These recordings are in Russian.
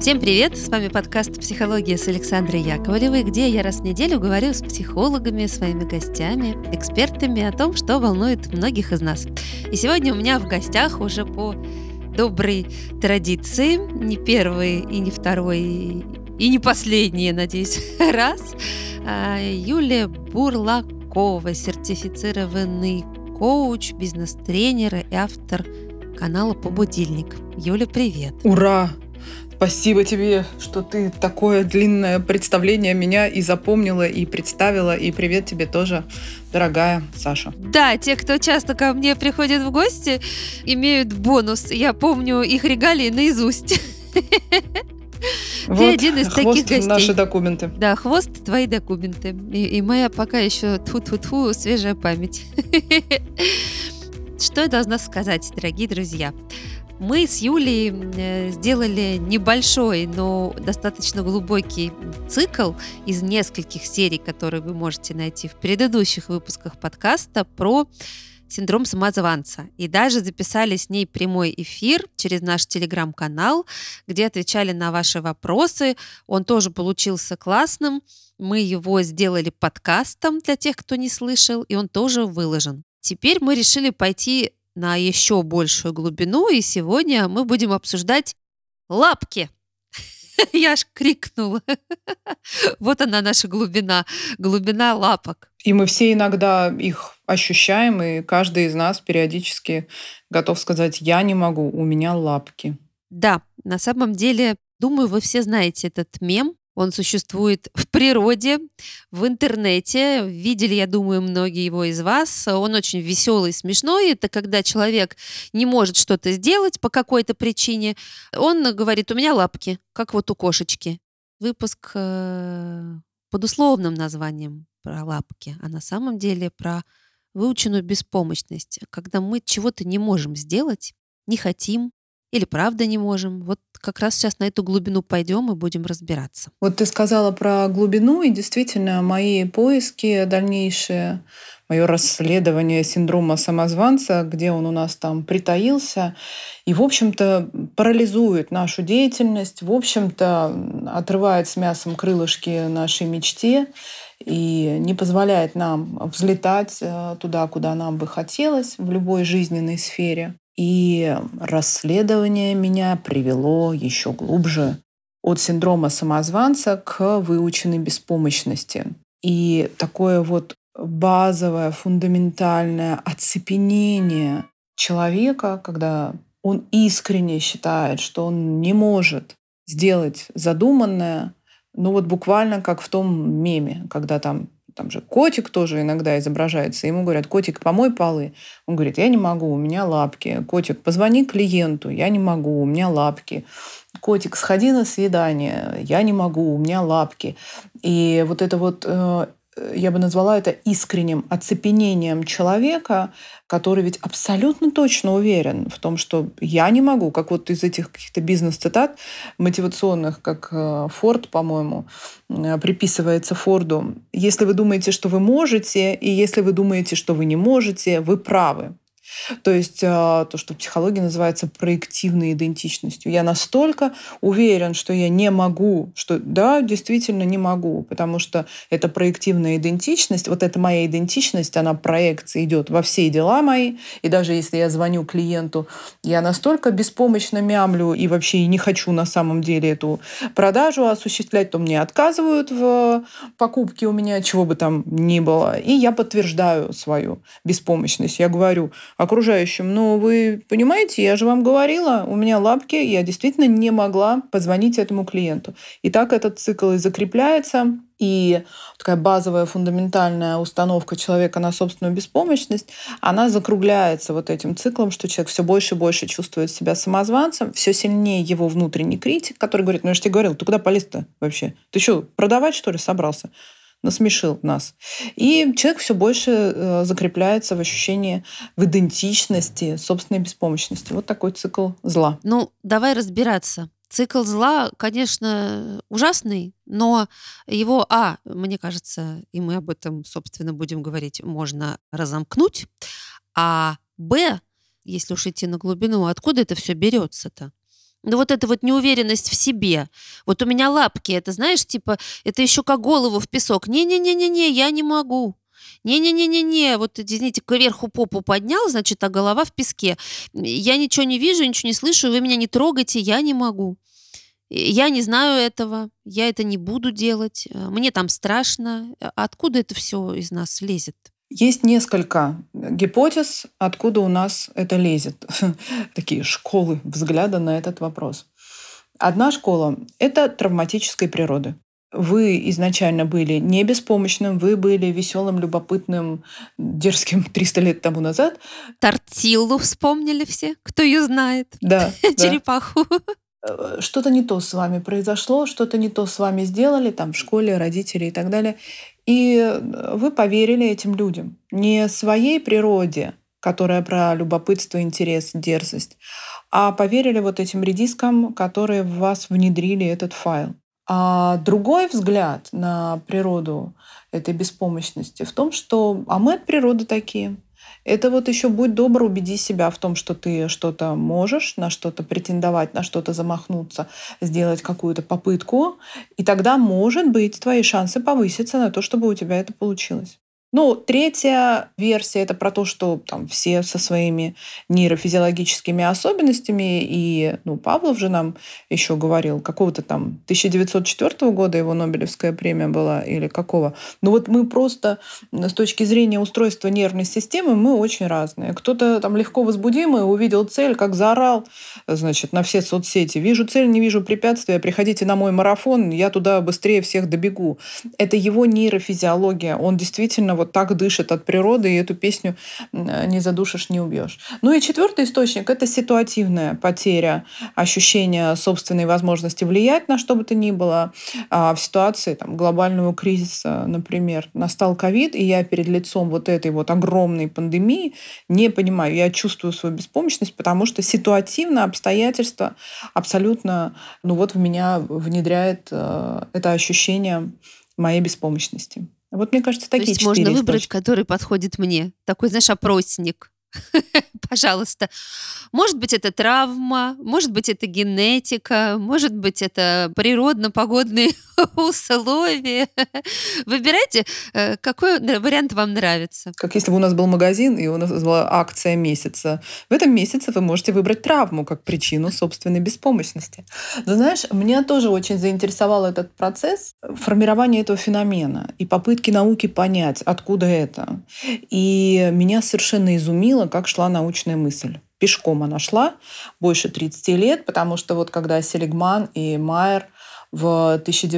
Всем привет! С вами подкаст «Психология» с Александрой Яковлевой, где я раз в неделю говорю с психологами, своими гостями, экспертами о том, что волнует многих из нас. И сегодня у меня в гостях уже по доброй традиции, не первый и не второй, и не последний, я надеюсь, раз, Юлия Бурлакова, сертифицированный коуч, бизнес-тренер и автор канала «Побудильник». Юля, привет! Ура! Спасибо тебе, что ты такое длинное представление меня и запомнила, и представила. И привет тебе тоже, дорогая Саша. Да, те, кто часто ко мне приходят в гости, имеют бонус. Я помню их регалии наизусть. Вот, ты один из таких гостей. Наши документы. Да, хвост — твои документы. И моя пока еще тьфу-тьфу-тьфу свежая память. Что я должна сказать, дорогие друзья? Мы с Юлей сделали небольшой, но достаточно глубокий цикл из нескольких серий, которые вы можете найти в предыдущих выпусках подкаста про синдром самозванца. И даже записали с ней прямой эфир через наш телеграм-канал, где отвечали на ваши вопросы. Он тоже получился классным. Мы его сделали подкастом для тех, кто не слышал, и он тоже выложен. Теперь мы решили пойти на еще большую глубину, и сегодня мы будем обсуждать лапки. Я аж крикнула. Вот она, наша глубина лапок. И мы все иногда их ощущаем, и каждый из нас периодически готов сказать: «Я не могу, у меня лапки». Да, на самом деле, думаю, вы все знаете этот мем. Он существует в природе, в интернете. Видели, я думаю, многие его из вас. Он очень веселый, смешной. Это когда человек не может что-то сделать по какой-то причине. Он говорит: у меня лапки, как вот у кошечки. Выпуск под условным названием про лапки, а на самом деле про выученную беспомощность. Когда мы чего-то не можем сделать, не хотим, или правда не можем. Вот как раз сейчас на эту глубину пойдем и будем разбираться. Вот ты сказала про глубину, и действительно мои поиски дальнейшие, мое расследование синдрома самозванца, где он у нас там притаился, и, в общем-то, парализует нашу деятельность, в общем-то, отрывает с мясом крылышки нашей мечте и не позволяет нам взлетать туда, куда нам бы хотелось в любой жизненной сфере. И расследование меня привело еще глубже от синдрома самозванца к выученной беспомощности. И такое вот базовое, фундаментальное оцепенение человека, когда он искренне считает, что он не может сделать задуманное, ну вот буквально как в том меме, когда там же котик тоже иногда изображается. Ему говорят: котик, помой полы. Он говорит: я не могу, у меня лапки. Котик, позвони клиенту. Я не могу, у меня лапки. Котик, сходи на свидание. Я не могу, у меня лапки. И вот это вот, я бы назвала это искренним оцепенением человека, который ведь абсолютно точно уверен в том, что я не могу, как вот из этих каких-то бизнес-цитат мотивационных, как Форд, по-моему, приписывается Форду. Если вы думаете, что вы можете, и если вы думаете, что вы не можете, вы правы. То есть то, что в психологии называется проективной идентичностью. Я настолько уверен, что я не могу, что да, действительно не могу, потому что это проективная идентичность, вот эта моя идентичность, она проекция идет во все дела мои, и даже если я звоню клиенту, я настолько беспомощно мямлю и вообще не хочу на самом деле эту продажу осуществлять, то мне отказывают в покупке у меня, чего бы там ни было, и я подтверждаю свою беспомощность. Я говорю окружающим: ну, вы понимаете, я же вам говорила, у меня лапки, я действительно не могла позвонить этому клиенту. И так этот цикл и закрепляется, и такая базовая фундаментальная установка человека на собственную беспомощность, она закругляется вот этим циклом, что человек все больше и больше чувствует себя самозванцем, все сильнее его внутренний критик, который говорит: ну, я же тебе говорил, ты куда полез-то вообще? Ты что, продавать, что ли, собрался? Насмешил нас. И человек все больше закрепляется в ощущении, в идентичности собственной беспомощности. Вот такой цикл зла. Ну, давай разбираться. Цикл зла, конечно, ужасный, но его, мне кажется, и мы об этом, собственно, будем говорить, можно разомкнуть, а б, если уж идти на глубину, откуда это все берется-то? Ну, вот эта вот неуверенность в себе. Вот у меня лапки, это, знаешь, типа, это еще как голову в песок. Не-не-не-не-не, я не могу. Не-не-не-не-не, вот, извините, кверху попу поднял, значит, а голова в песке. Я ничего не вижу, ничего не слышу, вы меня не трогайте, я не могу. Я не знаю этого, я это не буду делать, мне там страшно. Откуда это все из нас лезет? Есть несколько гипотез, откуда у нас это лезет. Такие школы взгляда на этот вопрос. Одна школа– это травматической природы. Вы изначально были не беспомощным, вы были веселым, любопытным, дерзким 300 лет тому назад. Тортиллу вспомнили все, кто ее знает, Да, да. черепаху. Что-то не то с вами произошло, что-то не то с вами сделали, там, в школе, родители и так далее. И вы поверили этим людям. Не своей природе, которая про любопытство, интерес, дерзость, а поверили вот этим редискам, которые в вас внедрили этот файл. А другой взгляд на природу этой беспомощности в том, что мы от природы такие. Это вот еще будь добр, убеди себя в том, что ты что-то можешь, на что-то претендовать, на что-то замахнуться, сделать какую-то попытку, и тогда, может быть, твои шансы повысятся на то, чтобы у тебя это получилось. Ну, третья версия– это про то, что там все со своими нейрофизиологическими особенностями, и Павлов же нам еще говорил, какого-то там 1904 года его Нобелевская премия была, или какого. Ну вот мы просто с точки зрения устройства нервной системы мы очень разные. Кто-то там легко возбудимый, увидел цель, как заорал, значит, на все соцсети. Вижу цель, не вижу препятствия, приходите на мой марафон, я туда быстрее всех добегу. Это его нейрофизиология. Он действительно вот так дышит от природы, и эту песню не задушишь, не убьешь. Ну и четвертый источник– это ситуативная потеря ощущения собственной возможности влиять на что бы то ни было. В ситуации там, глобального кризиса, например, настал ковид, и я перед лицом вот этой вот огромной пандемии не понимаю, я чувствую свою беспомощность, потому что ситуативно обстоятельства абсолютно в меня внедряет это ощущение моей беспомощности. Вот, мне кажется, То такие есть можно 4 выбрать, источника. который подходит мне. Такой, знаешь, опросник. Пожалуйста. Может быть, это травма, может быть, это генетика, может быть, это природно-погодные условия. Выбирайте, какой вариант вам нравится. Как если бы у нас был магазин, и у нас была акция месяца. В этом месяце вы можете выбрать травму как причину собственной беспомощности. Но знаешь, меня тоже очень заинтересовал этот процесс формирования этого феномена и попытки науки понять, откуда это. И меня совершенно изумило, как шла научная мысль. Пешком она шла больше 30 лет, потому что вот когда Селигман и Майер в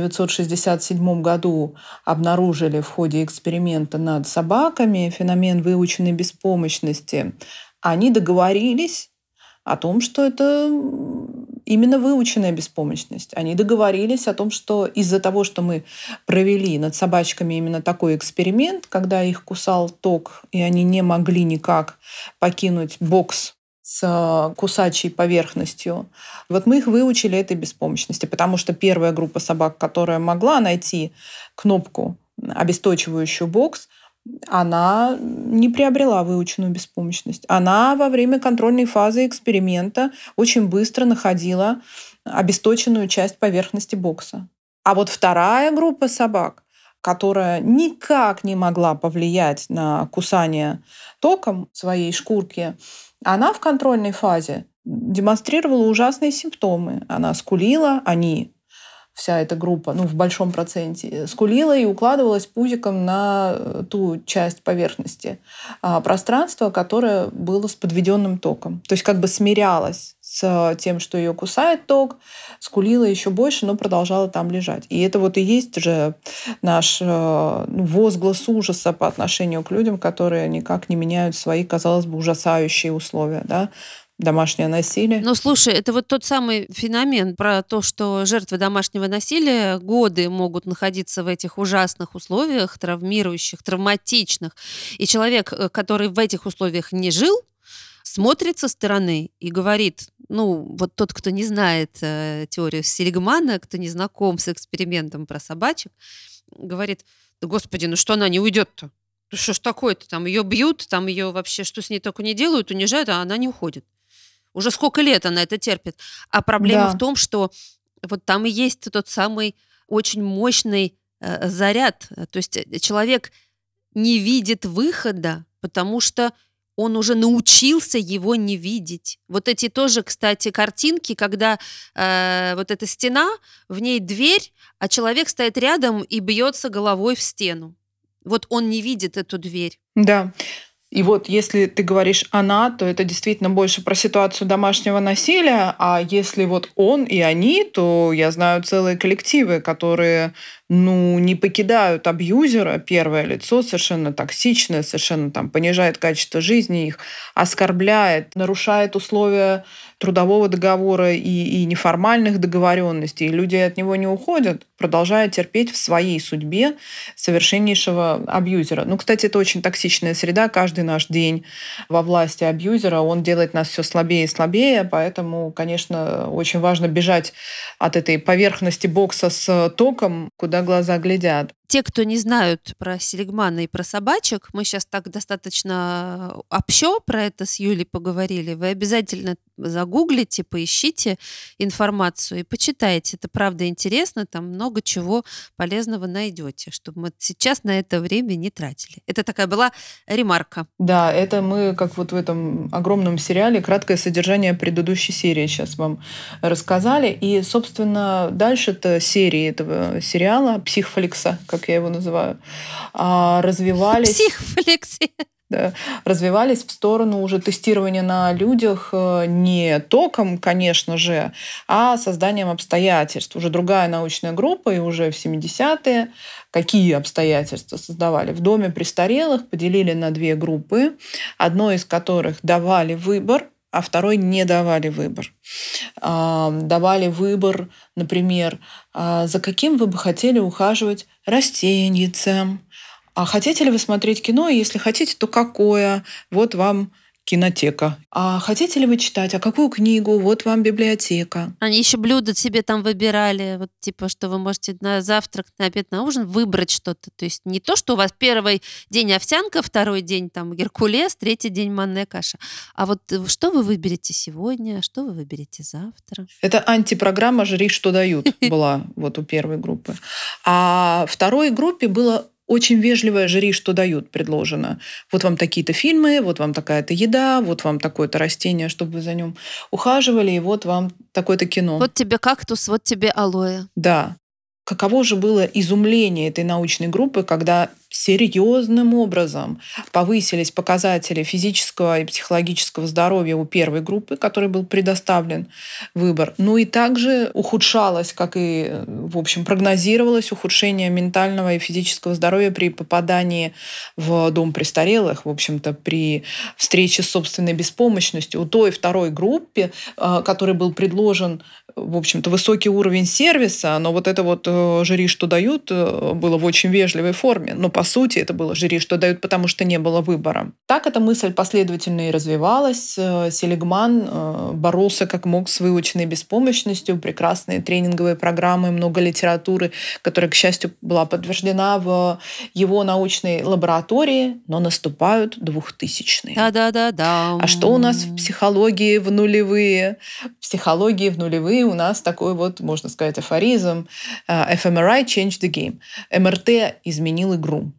1967 году обнаружили в ходе эксперимента над собаками феномен выученной беспомощности, они договорились о том, что это именно выученная беспомощность. Они договорились о том, что из-за того, что мы провели над собачками именно такой эксперимент, когда их кусал ток, и они не могли никак покинуть бокс с кусачей поверхностью. Вот мы их выучили этой беспомощности, потому что первая группа собак, которая могла найти кнопку, обесточивающую бокс, она не приобрела выученную беспомощность. Она во время контрольной фазы эксперимента очень быстро находила обесточенную часть поверхности бокса. А вот вторая группа собак, которая никак не могла повлиять на кусание током своей шкурки, она в контрольной фазе демонстрировала ужасные симптомы. Она скулила, вся эта группа, в большом проценте, скулила и укладывалась пузиком на ту часть поверхности пространства, которое было с подведенным током. То есть как бы смирялась с тем, что ее кусает ток, скулила еще больше, но продолжала там лежать. И это вот и есть же наш возглас ужаса по отношению к людям, которые никак не меняют свои, казалось бы, ужасающие условия, да? Домашнее насилие. Ну, слушай, это вот тот самый феномен про то, что жертвы домашнего насилия годы могут находиться в этих ужасных условиях, травмирующих, травматичных. И человек, который в этих условиях не жил, смотрит со стороны и говорит, вот тот, кто не знает теорию Селигмана, кто не знаком с экспериментом про собачек, говорит, да господи, что она не уйдет-то? Что ж такое-то? Там ее бьют, там ее вообще, что с ней только не делают, унижают, а она не уходит. Уже сколько лет она это терпит. А проблема в Да, том, что вот там и есть тот самый очень мощный заряд. То есть человек не видит выхода, потому что он уже научился его не видеть. Вот эти тоже, кстати, картинки, когда вот эта стена, в ней дверь, а человек стоит рядом и бьется головой в стену. Вот он не видит эту дверь. да. И вот если ты говоришь «она», то это действительно больше про ситуацию домашнего насилия, а если вот он и они, то я знаю целые коллективы, которые не покидают абьюзера, первое лицо, совершенно токсичное, совершенно там понижает качество жизни их, оскорбляет, нарушает условия трудового договора и неформальных договоренностей. И люди от него не уходят, продолжая терпеть в своей судьбе совершеннейшего абьюзера. Ну, кстати, это очень токсичная среда. Каждый наш день во власти абьюзера, он делает нас все слабее и слабее, поэтому, конечно, очень важно бежать от этой поверхности бокса с током, куда глаза глядят. Те, кто не знают про селигмана и про собачек, мы сейчас так достаточно общо про это с Юлей поговорили. Вы обязательно загуглите, поищите информацию и почитайте. Это правда интересно, там много чего полезного найдете, чтобы мы сейчас на это время не тратили. Это такая была ремарка. Да, это мы, как вот в этом огромном сериале, краткое содержание предыдущей серии сейчас вам рассказали. И, собственно, дальше-то серии этого сериала, психфликса, как я его называю, развивались, Психфлексия. да, развивались в сторону уже тестирования на людях не током, конечно же, а созданием обстоятельств. Уже другая научная группа, и уже в 70-е какие обстоятельства создавали. В доме престарелых поделили на две группы, одной из которых давали выбор, а второй не давали выбор. Давали выбор, например, за каким вы бы хотели ухаживать растенницам, а хотите ли вы смотреть кино? И если хотите, то какое? Вот вам кинотека. А хотите ли вы читать? А какую книгу? Вот вам библиотека. Они еще блюда себе там выбирали, вот типа, что вы можете на завтрак, на обед, на ужин выбрать что-то. То есть не то, что у вас первый день овсянка, второй день там геркулес, третий день манная каша. А вот что вы выберете сегодня, что вы выберете завтра? Это антипрограмма «Жри, что дают» была вот у первой группы. А второй группе было очень вежливое «жри, что дают» предложено. Вот вам такие-то фильмы, вот вам такая-то еда, вот вам такое-то растение, чтобы вы за ним ухаживали, и вот вам такое-то кино. Вот тебе кактус, вот тебе алоэ. Да. Каково же было изумление этой научной группы, когда серьезным образом повысились показатели физического и психологического здоровья у первой группы, которой был предоставлен выбор. Ну и также ухудшалось, как и, в общем, прогнозировалось ухудшение ментального и физического здоровья при попадании в дом престарелых, в общем-то, при встрече с собственной беспомощностью. У той и второй группе, которой был предложен, в общем-то, высокий уровень сервиса, но вот это вот «жри, что дают» было в очень вежливой форме. Но по сути это было «жри, что дают», потому что не было выбора. Так эта мысль последовательно и развивалась. Селигман боролся как мог с выученной беспомощностью, прекрасные тренинговые программы, много литературы, которая, к счастью, была подтверждена в его научной лаборатории, но наступают 2000-е. Да-да-да-да. А что у нас в психологии в нулевые? В психологии в нулевые у нас такой вот, можно сказать, афоризм «fMRI changed the game». МРТ изменил игру.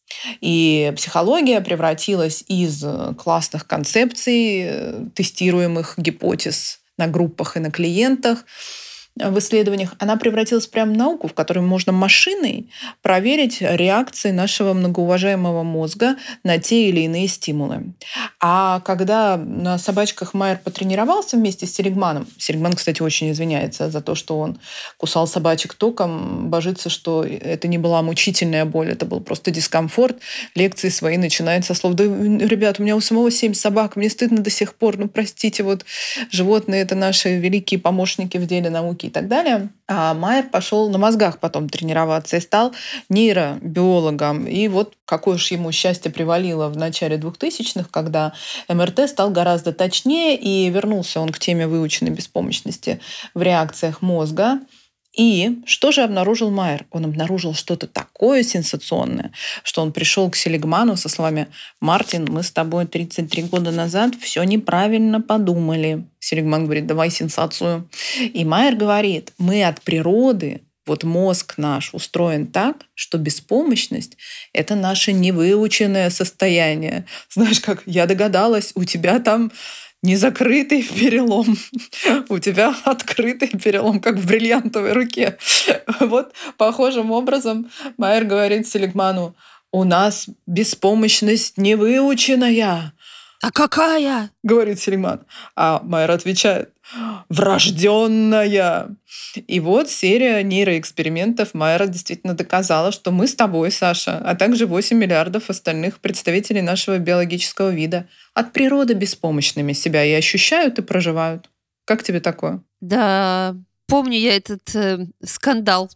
И психология превратилась из классных концепций, тестируемых гипотез на группах и на клиентах, в исследованиях, она превратилась прямо в науку, в которой можно машиной проверить реакции нашего многоуважаемого мозга на те или иные стимулы. А когда на собачках Майер потренировался вместе с Селигманом, Селигман, кстати, очень извиняется за то, что он кусал собачек током, божится, что это не была мучительная боль, это был просто дискомфорт. Лекции свои начинает со слов: «Да, ребят, у меня у самого 7 собак, мне стыдно до сих пор, ну простите, вот животные — это наши великие помощники в деле науки» и так далее. А Майер пошел на мозгах потом тренироваться и стал нейробиологом. И вот какое же ему счастье привалило в начале 2000-х, когда МРТ стал гораздо точнее, и вернулся он к теме выученной беспомощности в реакциях мозга. И что же обнаружил Майер? Он обнаружил что-то такое сенсационное, что он пришел к Селигману со словами: «Мартин, мы с тобой 33 года назад все неправильно подумали». Селигман говорит: «Давай сенсацию». И Майер говорит: мы от природы, вот мозг наш устроен так, что беспомощность — это наше невыученное состояние. Знаешь, как я догадалась, у тебя там незакрытый перелом, у тебя открытый перелом, как в бриллиантовой руке. Вот похожим образом Майер говорит Селигману: у нас беспомощность невыученная. А какая? Говорит Селигман. А Майер отвечает: врожденная. И вот серия нейроэкспериментов Майера действительно доказала, что мы с тобой, Саша, а также 8 миллиардов остальных представителей нашего биологического вида от природы беспомощными себя и ощущают, и проживают. Как тебе такое? Да, помню я этот скандал,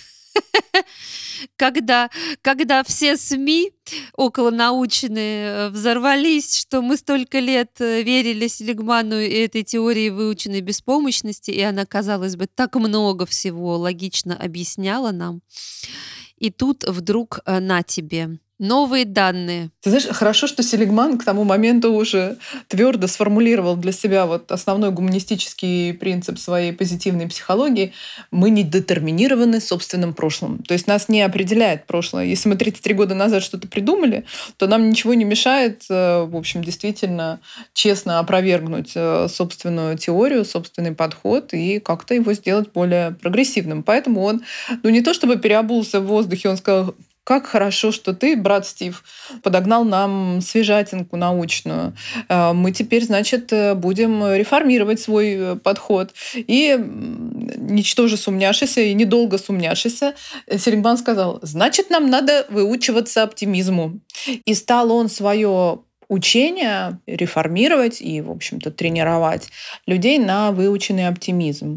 когда, когда все СМИ околонаучные взорвались, что мы столько лет верили Селигману и этой теории выученной беспомощности, и она, казалось бы, так много всего логично объясняла нам. И тут вдруг на тебе новые данные. Ты знаешь, хорошо, что Селигман к тому моменту уже твердо сформулировал для себя вот основной гуманистический принцип своей позитивной психологии. Мы не детерминированы собственным прошлым. То есть нас не определяет прошлое. Если мы 33 года назад что-то придумали, то нам ничего не мешает, в общем, действительно честно опровергнуть собственную теорию, собственный подход и как-то его сделать более прогрессивным. Поэтому он, ну не то чтобы переобулся в воздухе, он сказал: как хорошо, что ты, брат Стив, подогнал нам свежатинку научную. Мы теперь, значит, будем реформировать свой подход. И, ничтоже сумняшися и недолго сумняшися, Селигман сказал: значит, нам надо выучиваться оптимизму. И стал он свое учение реформировать и, в общем-то, тренировать людей на выученный оптимизм.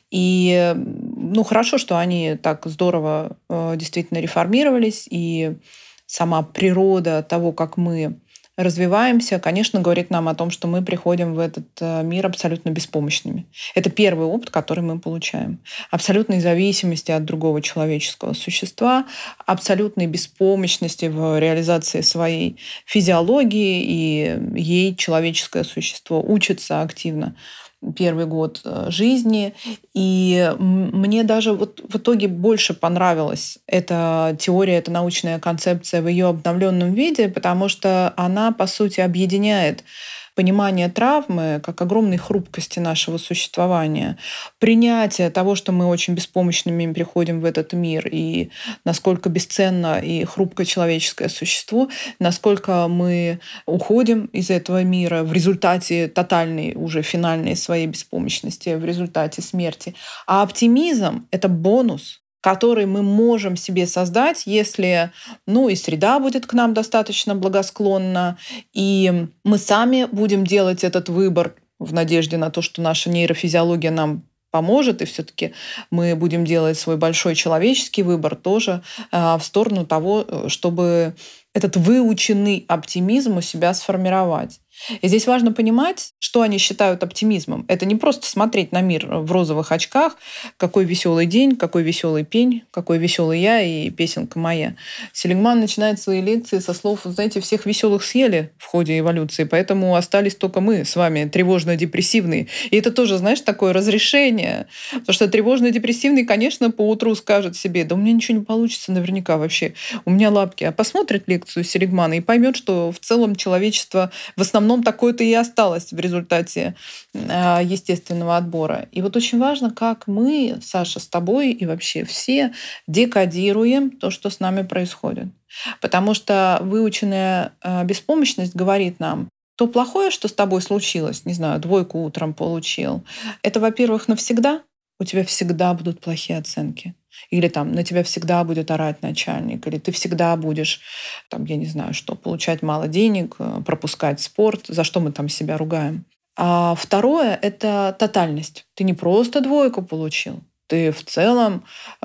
И ну, хорошо, что они так здорово действительно реформировались, и сама природа того, как мы развиваемся, конечно, говорит нам о том, что мы приходим в этот мир абсолютно беспомощными. Это первый опыт, который мы получаем. Абсолютной зависимости от другого человеческого существа, абсолютной беспомощности в реализации своей физиологии, и ей человеческое существо учится активно первый год жизни. И мне даже вот в итоге больше понравилась эта теория, эта научная концепция в ее обновленном виде, потому что она, по сути, объединяет понимание травмы как огромной хрупкости нашего существования, принятие того, что мы очень беспомощными приходим в этот мир, и насколько бесценно и хрупкое человеческое существо, насколько мы уходим из этого мира в результате тотальной, уже финальной своей беспомощности, в результате смерти. А оптимизм — это бонус, который мы можем себе создать, если, ну, и среда будет к нам достаточно благосклонна, и мы сами будем делать этот выбор в надежде на то, что наша нейрофизиология нам поможет, и все-таки мы будем делать свой большой человеческий выбор тоже в сторону того, чтобы этот выученный оптимизм у себя сформировать. И здесь важно понимать, что они считают оптимизмом. Это не просто смотреть на мир в розовых очках, какой веселый день, какой веселый пень, какой веселый я и песенка моя. Селигман начинает свои лекции со слов: знаете, всех веселых съели в ходе эволюции, поэтому остались только мы с вами, тревожно-депрессивные. И это тоже, знаешь, такое разрешение. Потому что тревожно-депрессивный, конечно, поутру скажет себе: да у меня ничего не получится наверняка вообще, у меня лапки. А посмотрит лекцию Селигмана и поймет, что в целом человечество в основном такое-то и осталось в результате естественного отбора. И вот очень важно, как мы, Саша, с тобой и вообще все декодируем то, что с нами происходит. Потому что выученная беспомощность говорит нам: то плохое, что с тобой случилось, не знаю, 2 утром получил, это, во-первых, навсегда. У тебя всегда будут плохие оценки. Или там на тебя всегда будет орать начальник, или ты всегда будешь, там, я не знаю что, получать мало денег, пропускать спорт, за что мы там себя ругаем. А второе — это тотальность. Ты не просто 2 получил, ты в целом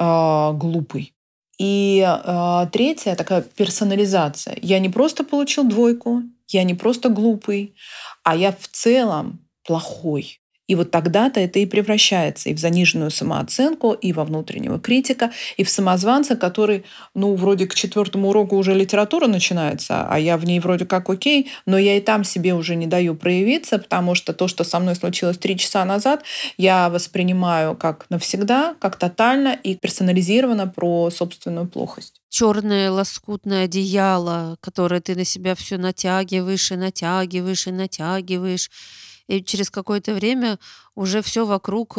глупый. И третье — такая персонализация. Я не просто получил 2, я не просто глупый, а я в целом плохой. И вот тогда-то это и превращается и в заниженную самооценку, и во внутреннего критика, и в самозванца, который, ну, вроде к 4-му уроку уже литература начинается, а я в ней вроде как окей, но я и там себе уже не даю проявиться, потому что то, что со мной случилось 3 часа назад, я воспринимаю как навсегда, как тотально и персонализированно про собственную плохость. Черное лоскутное одеяло, которое ты на себя все натягиваешь и натягиваешь и натягиваешь. И через какое-то время уже все вокруг,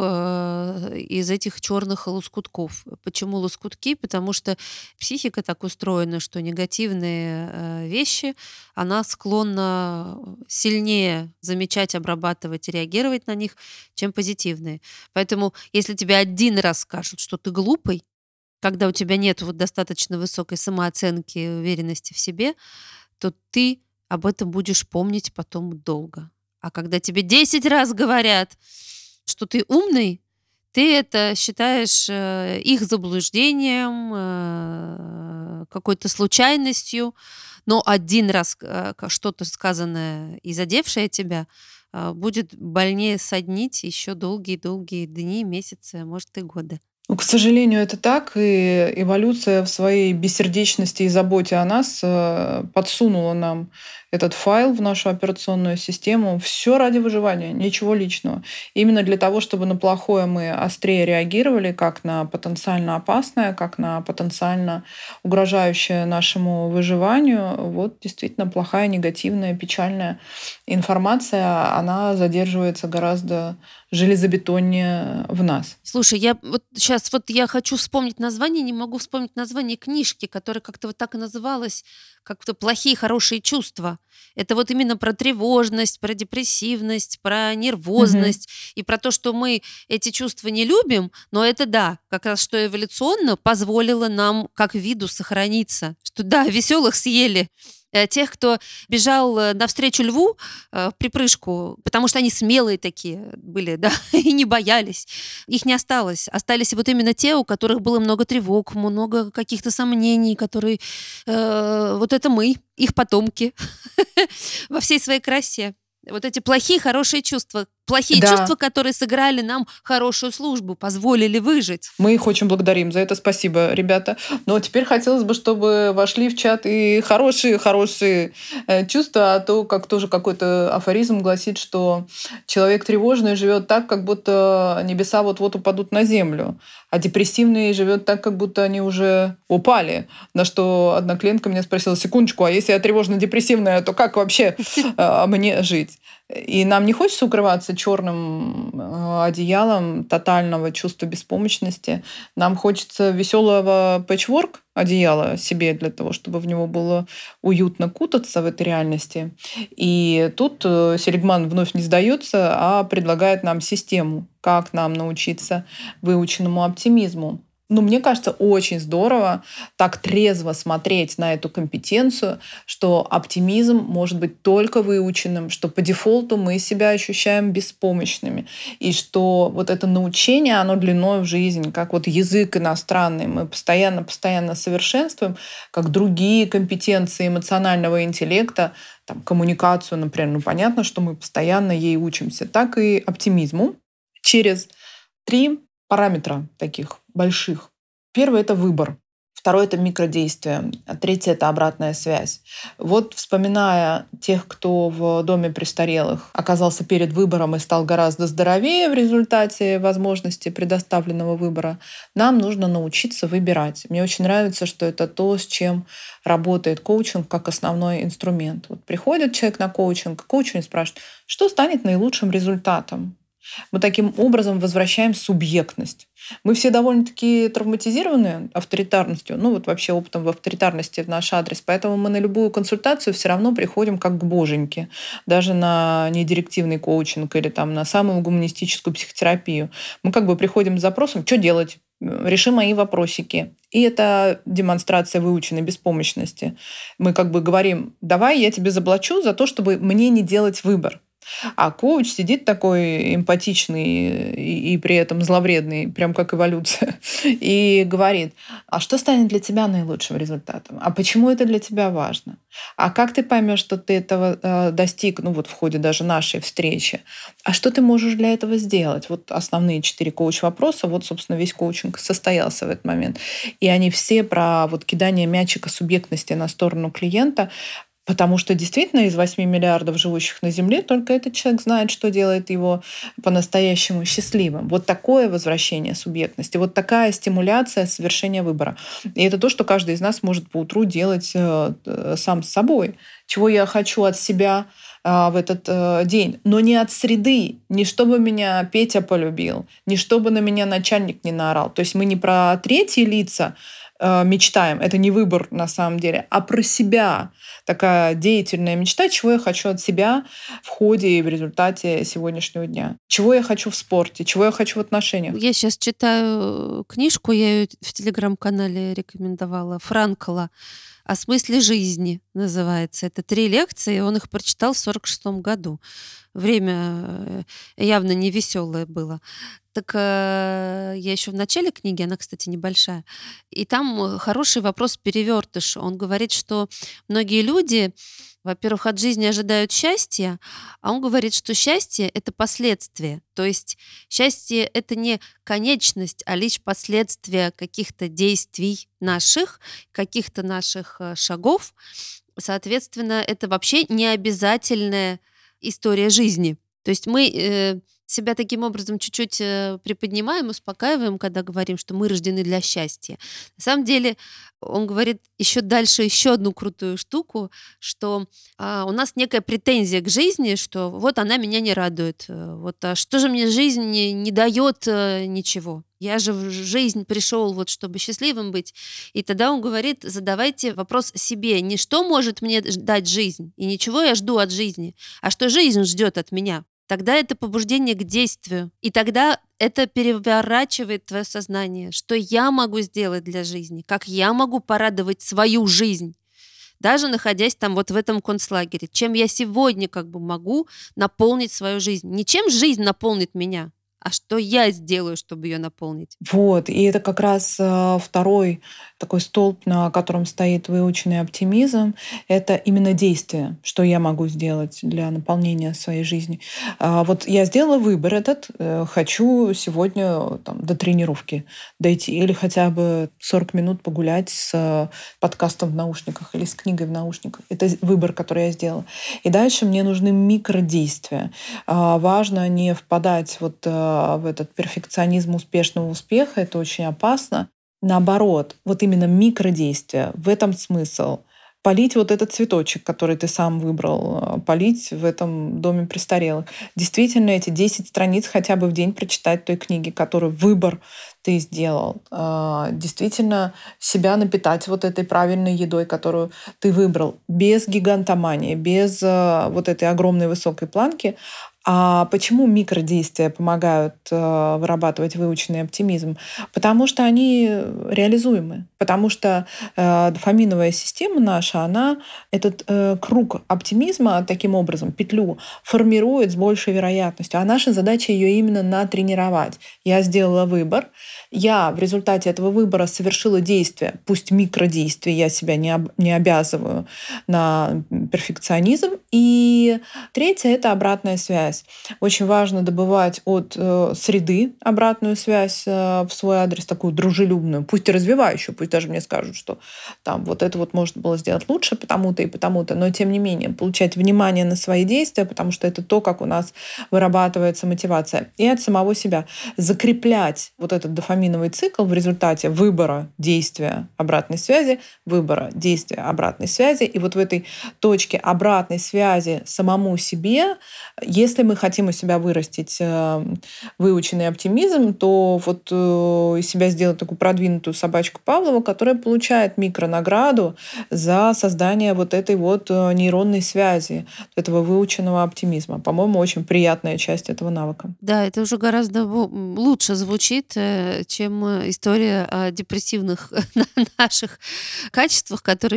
из этих черных лоскутков. Почему лоскутки? Потому что психика так устроена, что негативные, вещи она склонна сильнее замечать, обрабатывать и реагировать на них, чем позитивные. Поэтому если тебе один раз скажут, что ты глупый, когда у тебя нет вот достаточно высокой самооценки и уверенности в себе, то ты об этом будешь помнить потом долго. А когда тебе 10 раз говорят, что ты умный, ты это считаешь, их заблуждением, какой-то случайностью. Но один раз что-то сказанное и задевшее тебя будет больнее соднить еще долгие-долгие дни, месяцы, а может и годы. Ну, к сожалению, это так, и эволюция в своей бессердечности и заботе о нас подсунула нам этот файл в нашу операционную систему. Все ради выживания, ничего личного. Именно для того, чтобы на плохое мы острее реагировали, как на потенциально опасное, как на потенциально угрожающее нашему выживанию. Вот действительно плохая, негативная, печальная информация, она задерживается гораздо железобетоннее в нас. Слушай, я вот сейчас вот я хочу вспомнить название, не могу вспомнить название книжки, которая как-то вот так и называлась, как-то "Плохие хорошие чувства". Это вот именно про тревожность, про депрессивность, про Мгм. нервозность и про то, что мы эти чувства не любим, но это да, как раз что эволюционно позволило нам как виду сохраниться. Что да, веселых съели, тех, кто бежал, навстречу льву, в припрыжку, потому что они смелые такие были, да, и не боялись. Их не осталось. Остались вот именно те, у которых было много тревог, много каких-то сомнений, которые, вот это мы, их потомки во всей своей красе. Вот эти плохие, хорошие чувства. Плохие чувства, Да, которые сыграли нам хорошую службу, позволили выжить. мы их очень благодарим за это. Спасибо, ребята. Но теперь хотелось бы, чтобы вошли в чат и хорошие чувства, а то, как тоже какой-то афоризм гласит, что человек тревожный живет так, как будто небеса вот-вот упадут на землю, а депрессивный живет так, как будто они уже упали. На что одна клиентка меня спросила: секундочку, а если я тревожно-депрессивная, то как вообще мне жить? И нам не хочется укрываться черным одеялом тотального чувства беспомощности. Нам хочется веселого пэтчворк одеяла себе для того, чтобы в него было уютно кутаться в этой реальности. И тут Селигман вновь не сдается, а предлагает нам систему, как нам научиться выученному оптимизму. Ну, мне кажется, очень здорово так трезво смотреть на эту компетенцию, что оптимизм может быть только выученным, что по дефолту мы себя ощущаем беспомощными, и что вот это научение, оно длиной в жизнь, как вот язык иностранный, мы постоянно совершенствуем, как другие компетенции эмоционального интеллекта, там, коммуникацию, например, ну, понятно, что мы постоянно ей учимся, так и оптимизму через 3 параметра таких больших. Первый — это выбор. Второй — это микродействие. А третий — это обратная связь. Вот вспоминая тех, кто в доме престарелых оказался перед выбором и стал гораздо здоровее в результате возможности предоставленного выбора, нам нужно научиться выбирать. Мне очень нравится, что это то, с чем работает коучинг как основной инструмент. Вот приходит человек на коучинг, коуч не спрашивает, что станет наилучшим результатом. Мы таким образом возвращаем субъектность. Мы все довольно-таки травматизированы авторитарностью, ну вот вообще опытом в авторитарности в наш адрес, поэтому мы на любую консультацию все равно приходим как к боженьке, даже на недирективный коучинг или там на самую гуманистическую психотерапию. Мы как бы приходим с запросом, что делать, реши мои вопросики. И это демонстрация выученной беспомощности. Мы как бы говорим, давай я тебе заплачу за то, чтобы мне не делать выбор. А коуч сидит такой эмпатичный и при этом зловредный, прям как эволюция, и говорит: а что станет для тебя наилучшим результатом? А почему это для тебя важно? А как ты поймешь, что ты этого достиг, ну вот в ходе даже нашей встречи? А что ты можешь для этого сделать? Вот основные 4 коуч-вопроса, вот, собственно, весь коучинг состоялся в этот момент. И они все про вот кидание мячика субъектности на сторону клиента, потому что действительно из 8 миллиардов живущих на Земле только этот человек знает, что делает его по-настоящему счастливым. Вот такое возвращение субъектности, вот такая стимуляция совершения выбора. И это то, что каждый из нас может поутру делать сам с собой. Чего я хочу от себя в этот день. Но не от среды, не чтобы меня Петя полюбил, не чтобы на меня начальник не наорал. То есть мы не про третьи лица мечтаем, это не выбор на самом деле, а про себя. Такая деятельная мечта, чего я хочу от себя в ходе и в результате сегодняшнего дня. Чего я хочу в спорте, чего я хочу в отношениях. Я сейчас читаю книжку, я ее в телеграм-канале рекомендовала, Франкла «О смысле жизни» называется. Это 3 лекции, он их прочитал в 46 году. Время явно не веселое было. Так я еще в начале книги, она, кстати, небольшая, и там хороший вопрос-перевертыш. Он говорит, что многие люди, во-первых, от жизни ожидают счастья, а он говорит, что счастье — это последствие. То есть счастье — это не конечность, а лишь последствия каких-то действий наших, каких-то наших шагов. Соответственно, это вообще не обязательная история жизни. То есть мы себя таким образом чуть-чуть приподнимаем, успокаиваем, когда говорим, что мы рождены для счастья. На самом деле он говорит еще дальше еще одну крутую штуку, что у нас некая претензия к жизни, что вот она меня не радует. Вот а что же мне жизнь не дает ничего? Я же в жизнь пришел, вот, чтобы счастливым быть. И тогда он говорит, задавайте вопрос себе, не что может мне дать жизнь, и ничего я жду от жизни, а что жизнь ждет от меня. Тогда это побуждение к действию. И тогда это переворачивает твое сознание, что я могу сделать для жизни, как я могу порадовать свою жизнь, даже находясь там вот в этом концлагере. Чем я сегодня как бы могу наполнить свою жизнь. Не чем жизнь наполнит меня, а что я сделаю, чтобы ее наполнить. Вот, и это как раз второй такой столб, на котором стоит выученный оптимизм, это именно действие, что я могу сделать для наполнения своей жизни. Вот я сделала выбор этот, хочу сегодня там, до тренировки дойти или хотя бы 40 минут погулять с подкастом в наушниках или с книгой в наушниках. Это выбор, который я сделала. И дальше мне нужны микродействия. Важно не впадать вот в этот перфекционизм успешного успеха, это очень опасно. Наоборот, вот именно микродействия, в этом смысл. Полить вот этот цветочек, который ты сам выбрал, полить в этом доме престарелых. Действительно, эти 10 страниц хотя бы в день прочитать той книги, которую выбор ты сделал. Действительно, себя напитать вот этой правильной едой, которую ты выбрал, без гигантомании, без вот этой огромной высокой планки. А почему микродействия помогают вырабатывать выученный оптимизм? Потому что они реализуемы. Потому что дофаминовая система наша, она этот круг оптимизма таким образом, петлю, формирует с большей вероятностью. А наша задача ее именно натренировать. Я сделала выбор, я в результате этого выбора совершила действие, пусть микродействие, я себя не обязываю на перфекционизм. И третье — это обратная связь. Очень важно добывать от среды обратную связь в свой адрес, такую дружелюбную, пусть и развивающую, пусть даже мне скажут, что там вот это вот можно было сделать лучше потому-то и потому-то, но тем не менее получать внимание на свои действия, потому что это то, как у нас вырабатывается мотивация. И от самого себя закреплять вот этот дофаминовый цикл в результате выбора действия обратной связи, выбора действия обратной связи. И вот в этой точке обратной связи самому себе, если мы хотим у себя вырастить выученный оптимизм, то вот из себя сделать такую продвинутую собачку Павлова, которая получает микронаграду за создание вот этой вот нейронной связи, этого выученного оптимизма. По-моему, очень приятная часть этого навыка. Да, это уже гораздо лучше звучит, чем история о депрессивных наших качествах, которые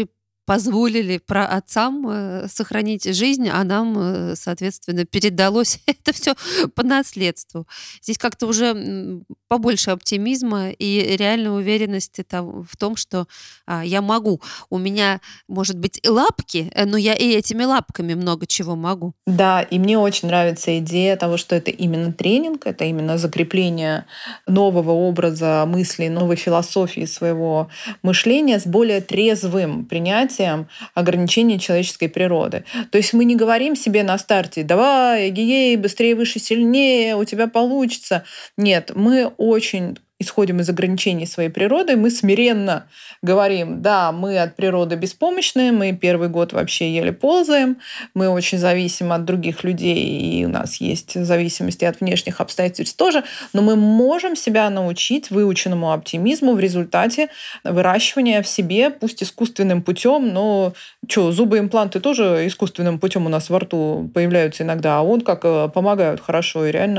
позволили праотцам сохранить жизнь, а нам, соответственно, передалось это все по наследству. Здесь как-то уже побольше оптимизма и реальной уверенности в том, что я могу. У меня, может быть, и лапки, но я и этими лапками много чего могу. Да, и мне очень нравится идея того, что это именно тренинг, это именно закрепление нового образа мыслей, новой философии своего мышления с более трезвым принятием ограничений человеческой природы. То есть мы не говорим себе на старте: давай, эгегей, быстрее, выше, сильнее, у тебя получится. Нет, мы очень исходим из ограничений своей природы, мы смиренно говорим: да, мы от природы беспомощны, мы первый год вообще еле ползаем, мы очень зависим от других людей, и у нас есть зависимости от внешних обстоятельств тоже, но мы можем себя научить выученному оптимизму в результате выращивания в себе, пусть искусственным путем, но зубы-импланты тоже искусственным путем у нас во рту появляются иногда, а вот как помогают хорошо и реально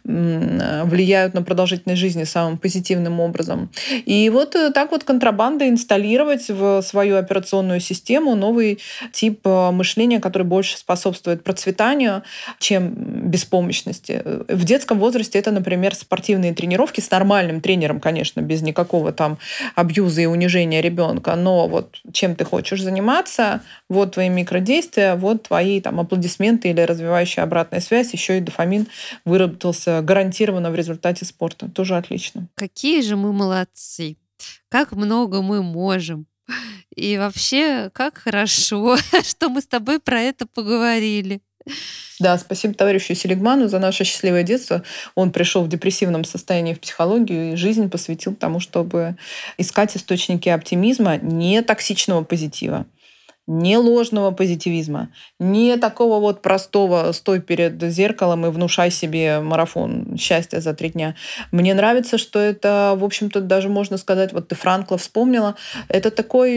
влияют на продолжительность жизни самым позитивным образом. И вот так вот контрабандой инсталлировать в свою операционную систему новый тип мышления, который больше способствует процветанию, чем беспомощности. В детском возрасте это, например, спортивные тренировки с нормальным тренером, конечно, без никакого там абьюза и унижения ребенка. Но вот чем ты хочешь заниматься, вот твои микродействия, вот твои там аплодисменты или развивающая обратная связь, еще и дофамин выработался гарантированно в результате спорта. Тоже отлично. Какие же мы молодцы! Как много мы можем! И вообще, как хорошо, что мы с тобой про это поговорили. Да, спасибо товарищу Селигману за наше счастливое детство. Он пришел в депрессивном состоянии в психологию и жизнь посвятил тому, чтобы искать источники оптимизма, не токсичного позитива, не ложного позитивизма, не такого вот простого «стой перед зеркалом и внушай себе марафон счастья за 3 дня». Мне нравится, что это, в общем-то, даже можно сказать, вот ты Франкла вспомнила, это такой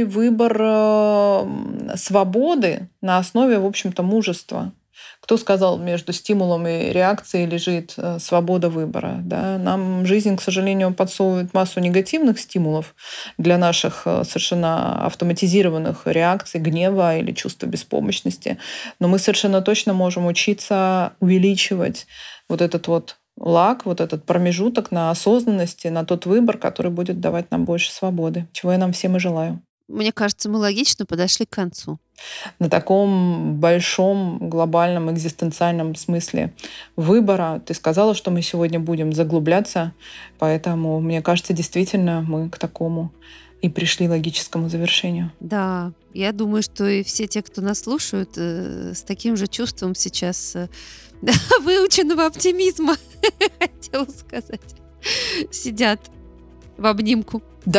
выбор свободы на основе, в общем-то, мужества. Кто сказал, между стимулом и реакцией лежит свобода выбора? Да? Нам жизнь, к сожалению, подсовывает массу негативных стимулов для наших совершенно автоматизированных реакций, гнева или чувства беспомощности. Но мы совершенно точно можем учиться увеличивать вот этот вот лаг, вот этот промежуток на осознанности, на тот выбор, который будет давать нам больше свободы, чего я нам всем и желаю. Мне кажется, мы логично подошли к концу. На таком большом, глобальном, экзистенциальном смысле выбора. Ты сказала, что мы сегодня будем заглубляться, поэтому, мне кажется, действительно мы к такому и пришли логическому завершению. Да, я думаю, что и все те, кто нас слушают, с таким же чувством сейчас выученного оптимизма, хотела сказать, сидят в обнимку.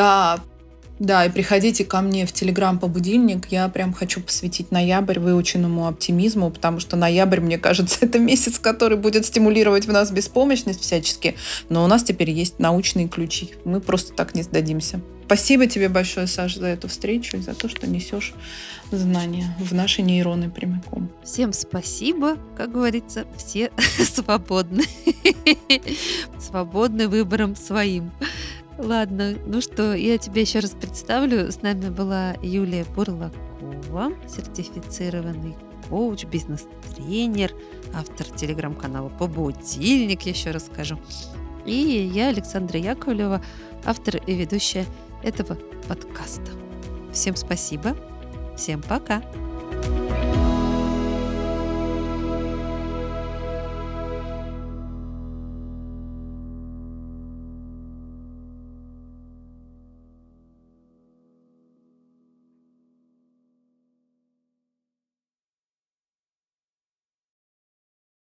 Да, и приходите ко мне в Телеграм по будильник. Я прям хочу посвятить ноябрь выученному оптимизму, потому что ноябрь, мне кажется, это месяц, который будет стимулировать в нас беспомощность всячески. Но у нас теперь есть научные ключи. Мы просто так не сдадимся. Спасибо тебе большое, Саша, за эту встречу и за то, что несешь знания в наши нейроны прямиком. Всем спасибо. Как говорится, все свободны. Свободны выбором своим. Ладно, ну что, я тебя еще раз представлю. С нами была Юлия Бурлакова, сертифицированный коуч, бизнес-тренер, автор телеграм-канала «По будильник», еще раз скажу. И я, Александра Яковлева, автор и ведущая этого подкаста. Всем спасибо, всем пока!